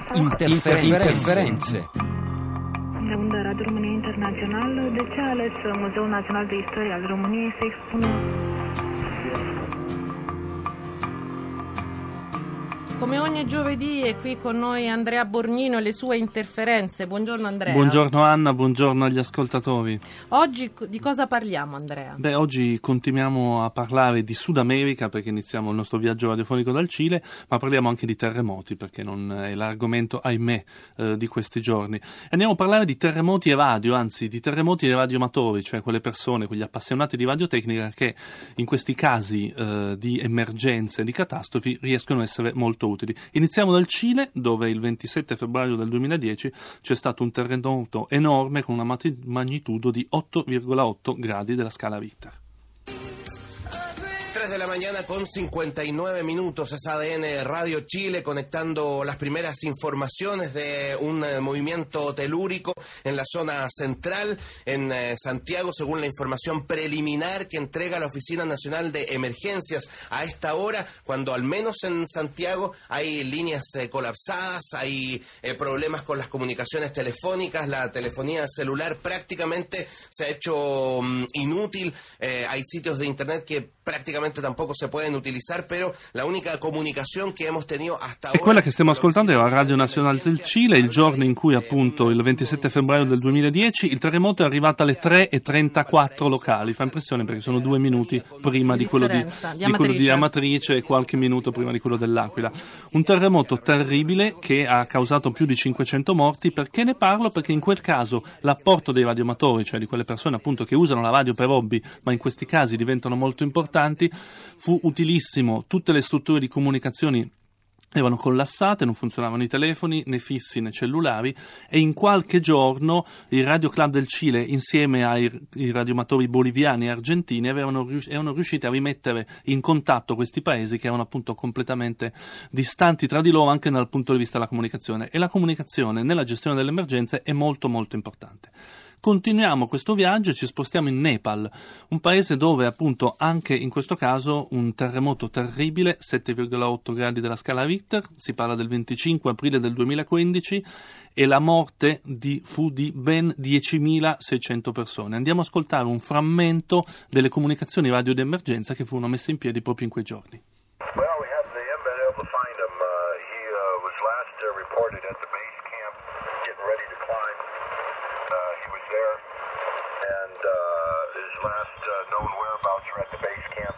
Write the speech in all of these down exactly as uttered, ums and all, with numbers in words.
Interferențe. Interferențe. De unde Radio România Internațional, de ce a ales Muzeul Național de Istorie al României să expună? Come ogni giovedì è qui con noi Andrea Borgnino e le sue interferenze. Buongiorno Andrea. Buongiorno Anna, buongiorno agli ascoltatori. Oggi di cosa parliamo Andrea? Beh, oggi continuiamo a parlare di Sud America perché iniziamo il nostro viaggio radiofonico dal Cile, ma parliamo anche di terremoti perché non è l'argomento, ahimè, eh, di questi giorni. Andiamo a parlare di terremoti e radio, anzi di terremoti e radioamatori, cioè quelle persone, quegli appassionati di radiotecnica che in questi casi eh, di emergenze, di catastrofi riescono a essere molto utili. Iniziamo dal Cile, dove il ventisette febbraio del duemiladieci c'è stato un terremoto enorme con una magnitudo di otto virgola otto gradi della scala Richter. tres de la mañana con cincuenta y nueve minutos, es A D N Radio Chile conectando las primeras informaciones de un eh, movimiento telúrico en la zona central, en eh, Santiago, según la información preliminar que entrega la Oficina Nacional de Emergencias a esta hora, cuando al menos en Santiago hay líneas eh, colapsadas, hay eh, problemas con las comunicaciones telefónicas, la telefonía celular prácticamente se ha hecho um, inútil, eh, hay sitios de internet que prácticamente tampoco se pueden utilizzare, però la unica comunicazione che abbiamo tenuto hasta ora. E quella che stiamo ascoltando è la Radio Nazionale del Cile, il giorno in cui appunto il ventisette febbraio del duemiladieci il terremoto è arrivato alle tre e trentaquattro locali. Fa impressione perché sono due minuti prima di quello di, di, di quello di Amatrice e qualche minuto prima di quello dell'Aquila. Un terremoto terribile che ha causato più di cinquecento morti. Perché ne parlo? Perché in quel caso l'apporto dei radioamatori, cioè di quelle persone appunto che usano la radio per hobby, ma in questi casi diventano molto importanti, fu utilissimo. Tutte le strutture di comunicazioni erano collassate, non funzionavano i telefoni né fissi né cellulari, e in qualche giorno il Radio Club del Cile insieme ai, ai radioamatori boliviani e argentini avevano, erano riusciti a rimettere in contatto questi paesi che erano appunto completamente distanti tra di loro anche dal punto di vista della comunicazione, e la comunicazione nella gestione delle emergenze è molto molto importante. Continuiamo questo viaggio e ci spostiamo in Nepal, un paese dove appunto anche in questo caso un terremoto terribile, sette virgola otto gradi della scala Richter, si parla del venticinque aprile del duemilaquindici, e la morte di, fu di ben diecimilaseicento persone. Andiamo a ascoltare un frammento delle comunicazioni radio di emergenza che furono messe in piedi proprio in quei giorni. Well, we have the been able to find him. Uh, he uh, was last uh, reported at the base camp, getting ready to climb. Uh, he was there, and uh, his last uh, known whereabouts were at the base camp.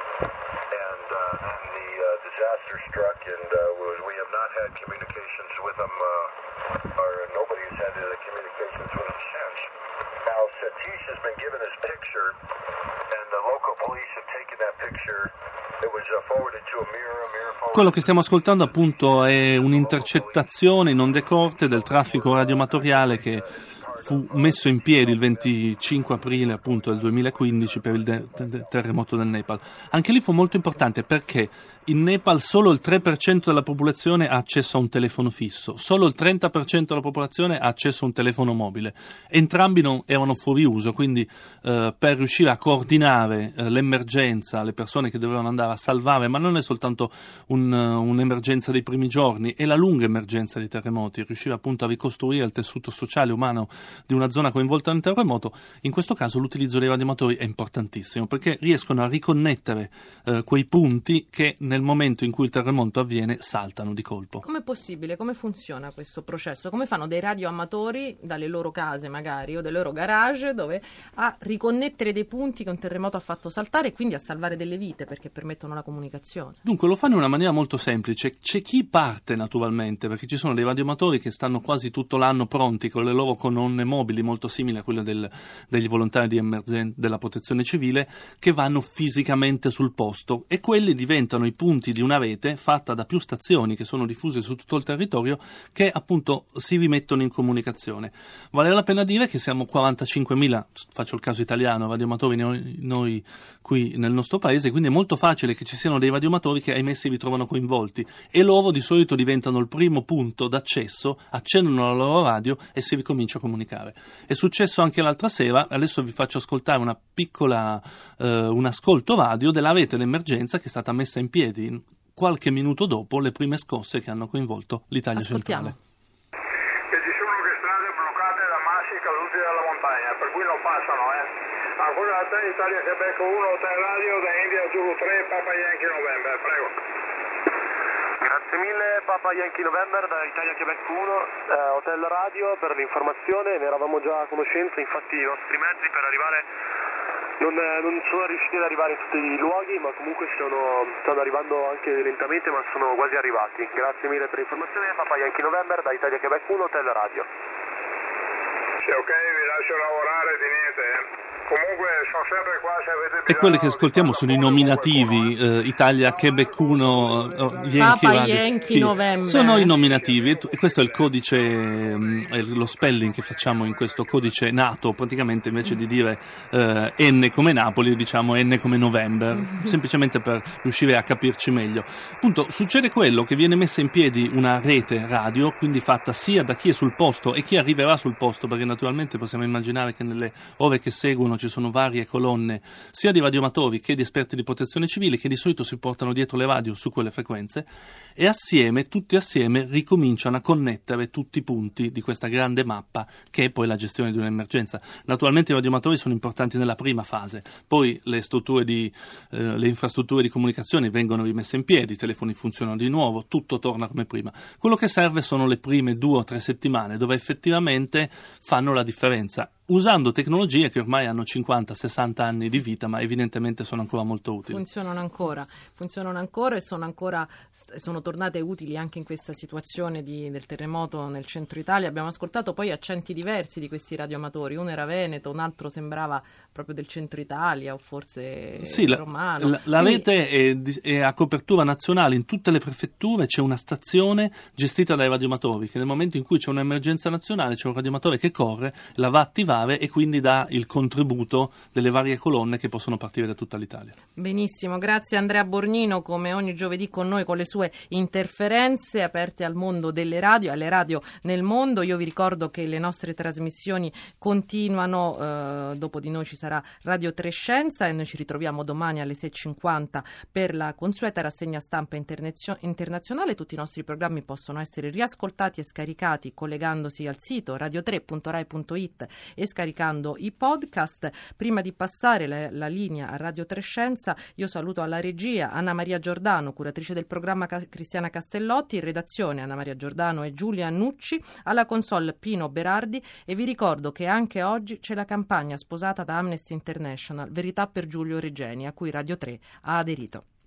And uh, then the uh, disaster struck, and uh, we have not had communications with him, uh, or nobody has had uh, communications with him since. Now, Satish has been given his picture, and the local police have taken that picture. It was uh, forwarded to a mirror, a mirror forwarded. Quello che stiamo ascoltando appunto è un'intercettazione in onde corte del traffico radioamatoriale che fu messo in piedi il venticinque aprile appunto del duemilaquindici per il de- de- terremoto del Nepal. Anche lì fu molto importante perché in Nepal solo il tre per cento della popolazione ha accesso a un telefono fisso, solo il trenta per cento della popolazione ha accesso a un telefono mobile. Entrambi non erano fuori uso, quindi eh, per riuscire a coordinare eh, l'emergenza, le persone che dovevano andare a salvare, ma non è soltanto un, uh, un'emergenza dei primi giorni, è la lunga emergenza dei terremoti, riuscire appunto a ricostruire il tessuto sociale umano di una zona coinvolta nel terremoto. In questo caso l'utilizzo dei radioamatori è importantissimo perché riescono a riconnettere eh, quei punti che nel momento in cui il terremoto avviene saltano di colpo. Com'è possibile? Come funziona questo processo? Come fanno dei radioamatori dalle loro case magari o dai loro garage dove a riconnettere dei punti che un terremoto ha fatto saltare e quindi a salvare delle vite perché permettono la comunicazione? Dunque lo fanno in una maniera molto semplice. C'è chi parte naturalmente perché ci sono dei radioamatori che stanno quasi tutto l'anno pronti con le loro colonne mobili molto simili a quelle del, degli volontari di emergen- della protezione civile, che vanno fisicamente sul posto, e quelli diventano i punti di una rete fatta da più stazioni che sono diffuse su tutto il territorio, che appunto si rimettono in comunicazione. Vale la pena dire che siamo quarantacinquemila, faccio il caso italiano, radioamatori noi, noi qui nel nostro paese, quindi è molto facile che ci siano dei radioamatori che ahimè si ritrovano coinvolti, e loro di solito diventano il primo punto d'accesso, accendono la loro radio e si ricomincia a comunicare. È successo anche l'altra sera, adesso vi faccio ascoltare una piccola, eh, un ascolto radio della rete d'emergenza che è stata messa in piedi qualche minuto dopo le prime scosse che hanno coinvolto l'Italia Ascoltiamo. centrale. Che ci sono le strade bloccate da massi caduti dalla montagna, per cui non passano, eh. Ancora da te, Italia Quebec uno, Hotel Radio, da India Zulu tre, Papa Yankee November, prego. Grazie mille, Papa Yankee November da Italia Quebec uno, eh, Hotel Radio, per l'informazione. Ne eravamo già a conoscenza, infatti i nostri mezzi per arrivare non, eh, non sono riusciti ad arrivare in tutti i luoghi, ma comunque sono, stanno arrivando anche lentamente, ma sono quasi arrivati. Grazie mille per l'informazione, Papa Yankee November da Italia Quebec uno, Hotel Radio. Sì, ok, vi lascio lavorare di niente, eh. Comunque sono sempre qua se avete bisogno. E quelli che ascoltiamo sono i nominativi, eh, Italia, Quebec uno, eh, Yankee Papa Radio. Yankee Sì, November. sono i nominativi e, t- e questo è il codice, mh, è lo spelling che facciamo in questo codice NATO, praticamente invece di dire eh, N come Napoli diciamo N come November, semplicemente per riuscire a capirci meglio. Appunto, succede quello che viene messa in piedi una rete radio, quindi fatta sia da chi è sul posto e chi arriverà sul posto, perché naturalmente possiamo immaginare che nelle ore che seguono ci sono varie colonne sia di radioamatori che di esperti di protezione civile che di solito si portano dietro le radio su quelle frequenze e assieme, tutti assieme, ricominciano a connettere tutti i punti di questa grande mappa che è poi la gestione di un'emergenza. Naturalmente i radioamatori sono importanti nella prima fase, poi le strutture di eh, le infrastrutture di comunicazione vengono rimesse in piedi, i telefoni funzionano di nuovo, tutto torna come prima. Quello che serve sono le prime due o tre settimane dove effettivamente fanno la differenza, usando tecnologie che ormai hanno cinquanta sessanta anni di vita, ma evidentemente sono ancora molto utili. Funzionano ancora, funzionano ancora e sono ancora sono tornate utili anche in questa situazione di, del terremoto nel centro Italia. Abbiamo ascoltato poi accenti diversi di questi radioamatori, uno era veneto, un altro sembrava proprio del centro Italia o forse sì, romano. La, la Quindi, rete è, è a copertura nazionale, in tutte le prefetture c'è una stazione gestita dai radioamatori che nel momento in cui c'è un'emergenza nazionale c'è un radioamatore che corre, la va a attivare e quindi dà il contributo delle varie colonne che possono partire da tutta l'Italia. Benissimo, grazie Andrea Borgnino, come ogni giovedì con noi con le sue interferenze aperte al mondo delle radio, alle radio nel mondo. Io vi ricordo che le nostre trasmissioni continuano, eh, dopo di noi ci sarà Radio tre Scienza e noi ci ritroviamo domani alle sei e cinquanta per la consueta rassegna stampa internazio- internazionale. Tutti i nostri programmi possono essere riascoltati e scaricati collegandosi al sito radio tre punto rai punto it e scaricando i podcast. Prima di passare la, la linea a Radio tre Scienza, io saluto alla regia Anna Maria Giordano, curatrice del programma Cristiana Castellotti, in redazione Anna Maria Giordano e Giulia Annucci, alla console Pino Berardi, e vi ricordo che anche oggi c'è la campagna sposata da Amnesty International Verità per Giulio Regeni, a cui Radio tre ha aderito.